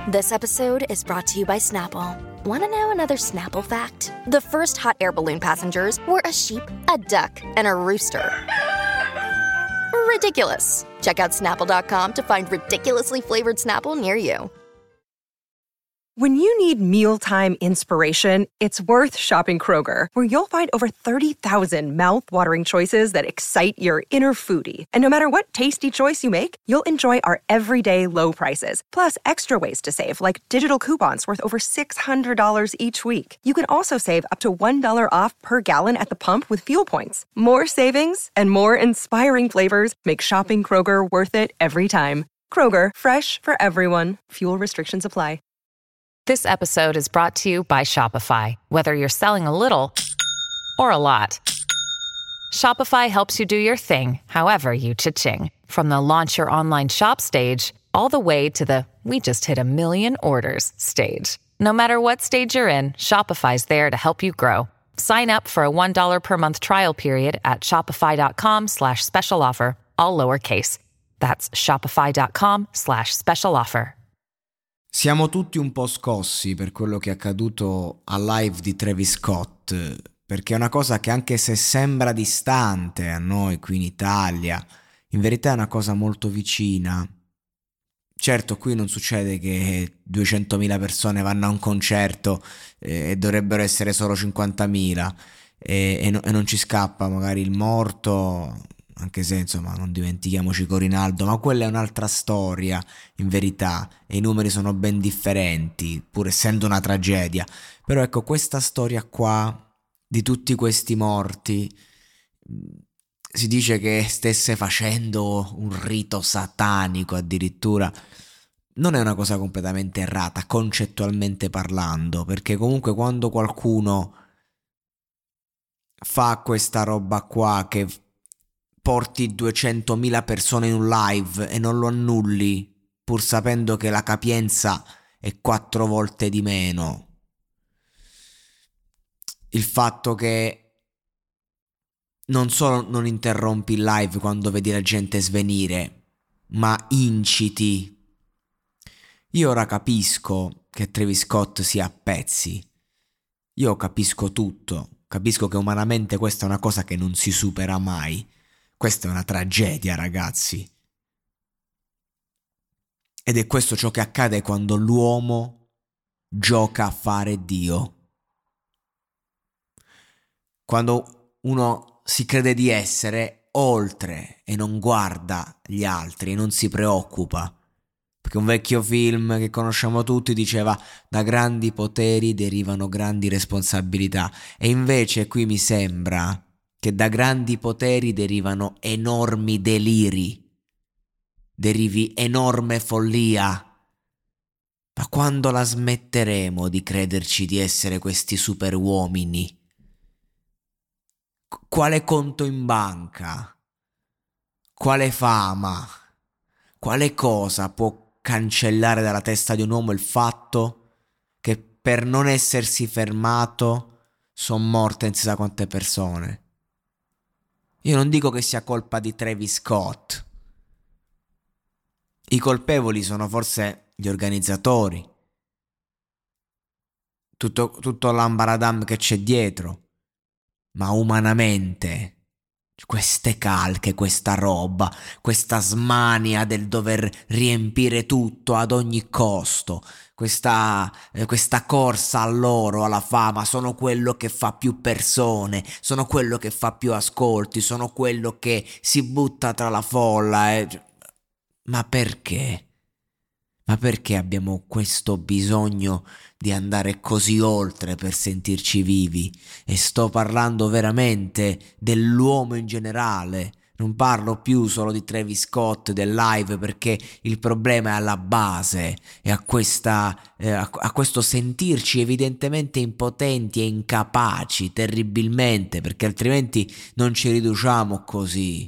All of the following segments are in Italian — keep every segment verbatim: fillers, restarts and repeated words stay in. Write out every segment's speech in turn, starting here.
This episode is brought to you by Snapple. Want to know another Snapple fact? The first hot air balloon passengers were a sheep, a duck, and a rooster. Ridiculous. Check out snapple dot com to find ridiculously flavored Snapple near you. When you need mealtime inspiration, it's worth shopping Kroger, where you'll find over thirty thousand mouth-watering choices that excite your inner foodie. And no matter what tasty choice you make, you'll enjoy our everyday low prices, plus extra ways to save, like digital coupons worth over six hundred dollars each week. You can also save up to one dollar off per gallon at the pump with fuel points. More savings and more inspiring flavors make shopping Kroger worth it every time. Kroger, fresh for everyone. Fuel restrictions apply. This episode is brought to you by Shopify. Whether you're selling a little or a lot, Shopify helps you do your thing, however you cha-ching. From the launch your online shop stage, all the way to the we just hit a million orders stage. No matter what stage you're in, Shopify's there to help you grow. Sign up for a one dollar per month trial period at shopify.com slash special offer, all lowercase. That's shopify.com slash special offer. Siamo tutti un po' scossi per quello che è accaduto al live di Travis Scott, perché è una cosa che, anche se sembra distante a noi qui in Italia, in verità è una cosa molto vicina. Certo, qui non succede che duecentomila persone vanno a un concerto eh, e dovrebbero essere solo cinquantamila e, e, no, e non ci scappa magari il morto, anche se insomma non dimentichiamoci Corinaldo, ma quella è un'altra storia in verità e i numeri sono ben differenti, pur essendo una tragedia. Però ecco, questa storia qua di tutti questi morti, si dice che stesse facendo un rito satanico addirittura. Non è una cosa completamente errata concettualmente parlando, perché comunque quando qualcuno fa questa roba qua, che porti duecentomila persone in un live e non lo annulli pur sapendo che la capienza è quattro volte di meno, il fatto che non solo non interrompi il live quando vedi la gente svenire, ma inciti. Io ora capisco che Travis Scott sia a pezzi, io capisco tutto, capisco che umanamente questa è una cosa che non si supera mai. Questa è una tragedia, ragazzi. Ed è questo ciò che accade quando l'uomo gioca a fare Dio. Quando uno si crede di essere oltre e non guarda gli altri e non si preoccupa. Perché un vecchio film che conosciamo tutti diceva: da grandi poteri derivano grandi responsabilità. E invece qui mi sembra che da grandi poteri derivano enormi deliri, derivi enorme follia. Ma quando la smetteremo di crederci di essere questi superuomini? Quale conto in banca? Quale fama? Quale cosa può cancellare dalla testa di un uomo il fatto che per non essersi fermato sono morte non si sa quante persone? Io non dico che sia colpa di Travis Scott. I colpevoli sono forse gli organizzatori, tutto, tutto l'ambaradam che c'è dietro, ma umanamente queste calche, questa roba, questa smania del dover riempire tutto ad ogni costo, questa, eh, questa corsa all'oro, alla fama, sono quello che fa più persone, sono quello che fa più ascolti, sono quello che si butta tra la folla. Eh. Ma perché? Ma perché abbiamo questo bisogno di andare così oltre per sentirci vivi? E sto parlando veramente dell'uomo in generale. Non parlo più solo di Travis Scott, del live, perché il problema è alla base, è a, questa, eh, a, a questo sentirci evidentemente impotenti e incapaci, terribilmente, perché altrimenti non ci riduciamo così.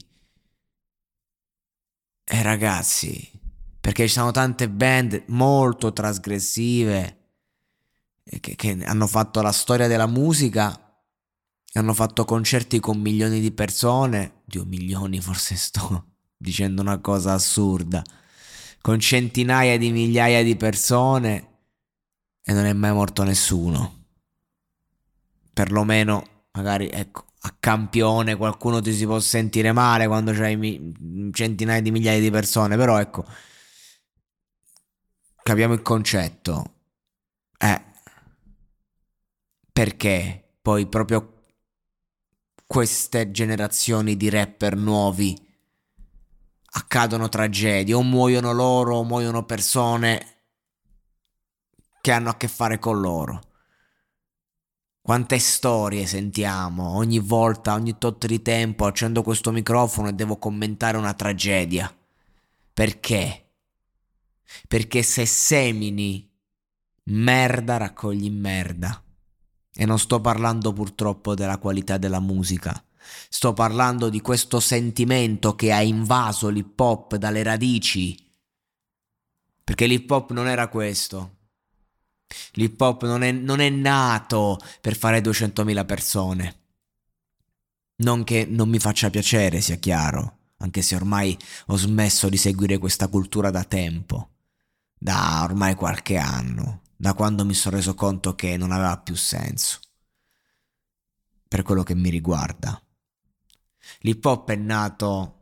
E ragazzi, perché ci sono tante band molto trasgressive che, che hanno fatto la storia della musica, hanno fatto concerti con milioni di persone, Dio, milioni, forse sto dicendo una cosa assurda, con centinaia di migliaia di persone e non è mai morto nessuno. Perlomeno, magari, ecco, a Campione qualcuno ti si può sentire male quando c'hai mi- centinaia di migliaia di persone, però ecco, capiamo il concetto. Eh, perché poi proprio queste generazioni di rapper nuovi accadono tragedie, o muoiono loro o muoiono persone che hanno a che fare con loro. Quante storie sentiamo ogni volta, ogni tot di tempo accendo questo microfono e devo commentare una tragedia. Perché? Perché se semini merda raccogli merda. E non sto parlando purtroppo della qualità della musica. Sto parlando di questo sentimento che ha invaso l'hip hop dalle radici. Perché l'hip hop non era questo. L'hip hop non è, non è nato per fare duecentomila persone. Non che non mi faccia piacere, sia chiaro, anche se ormai ho smesso di seguire questa cultura da tempo, da ormai qualche anno, da quando mi sono reso conto che non aveva più senso, per quello che mi riguarda. L'hip hop è nato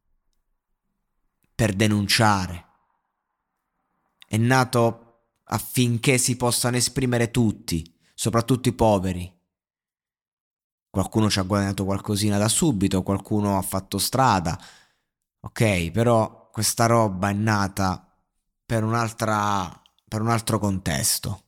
per denunciare, è nato affinché si possano esprimere tutti, soprattutto i poveri. Qualcuno ci ha guadagnato qualcosina da subito, qualcuno ha fatto strada, ok, però questa roba è nata per un'altra, per un altro contesto.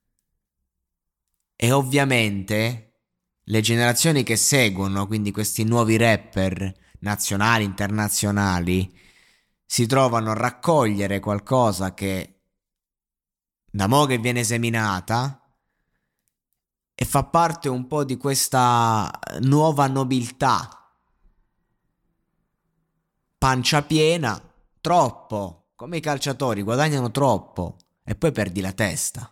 E ovviamente le generazioni che seguono, quindi questi nuovi rapper nazionali, internazionali, si trovano a raccogliere qualcosa che da mo' che viene seminata e fa parte un po' di questa nuova nobiltà. Pancia piena, troppo, come i calciatori guadagnano troppo e poi perdi la testa.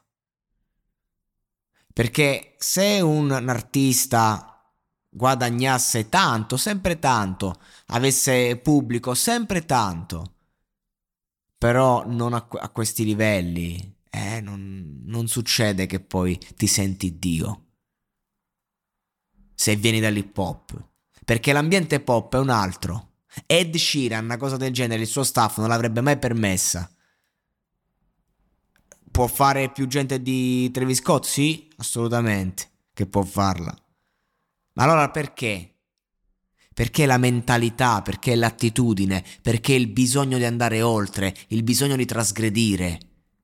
Perché se un, un artista guadagnasse tanto, sempre tanto, avesse pubblico sempre tanto, però non a, a questi livelli, Eh, non, non succede che poi ti senti Dio se vieni dall'hip hop, perché l'ambiente pop è un altro. Ed Sheeran, una cosa del genere, il suo staff non l'avrebbe mai permessa. Può fare più gente di Travis Scott? Sì, assolutamente che può farla. Ma allora perché? Perché la mentalità, perché l'attitudine, perché il bisogno di andare oltre, il bisogno di trasgredire.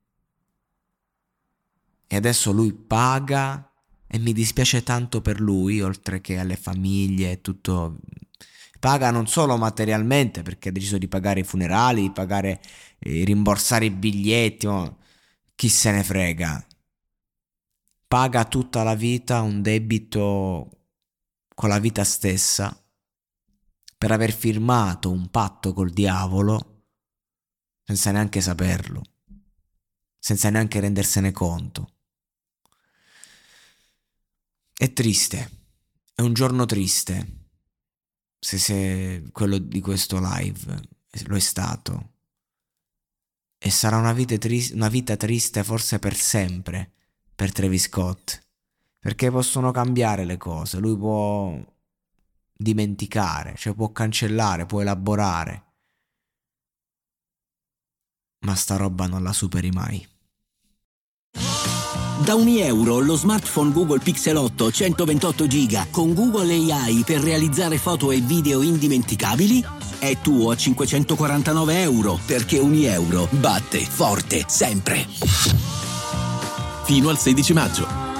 E adesso lui paga e mi dispiace tanto per lui, oltre che alle famiglie e tutto. Paga non solo materialmente, perché ha deciso di pagare i funerali, di pagare, eh, rimborsare i biglietti, oh, chi se ne frega. Paga tutta la vita un debito con la vita stessa per aver firmato un patto col diavolo senza neanche saperlo, senza neanche rendersene conto. È triste, è un giorno triste, se, se quello di questo live lo è stato. E sarà una vita, tris- una vita triste forse per sempre per Travis Scott, perché possono cambiare le cose, lui può dimenticare, cioè può cancellare, può elaborare, ma sta roba non la superi mai. Da un euro lo smartphone Google Pixel otto centoventotto giga con Google A I per realizzare foto e video indimenticabili è tuo a cinquecentoquarantanove euro, perché un euro batte forte sempre. Fino al sedici maggio.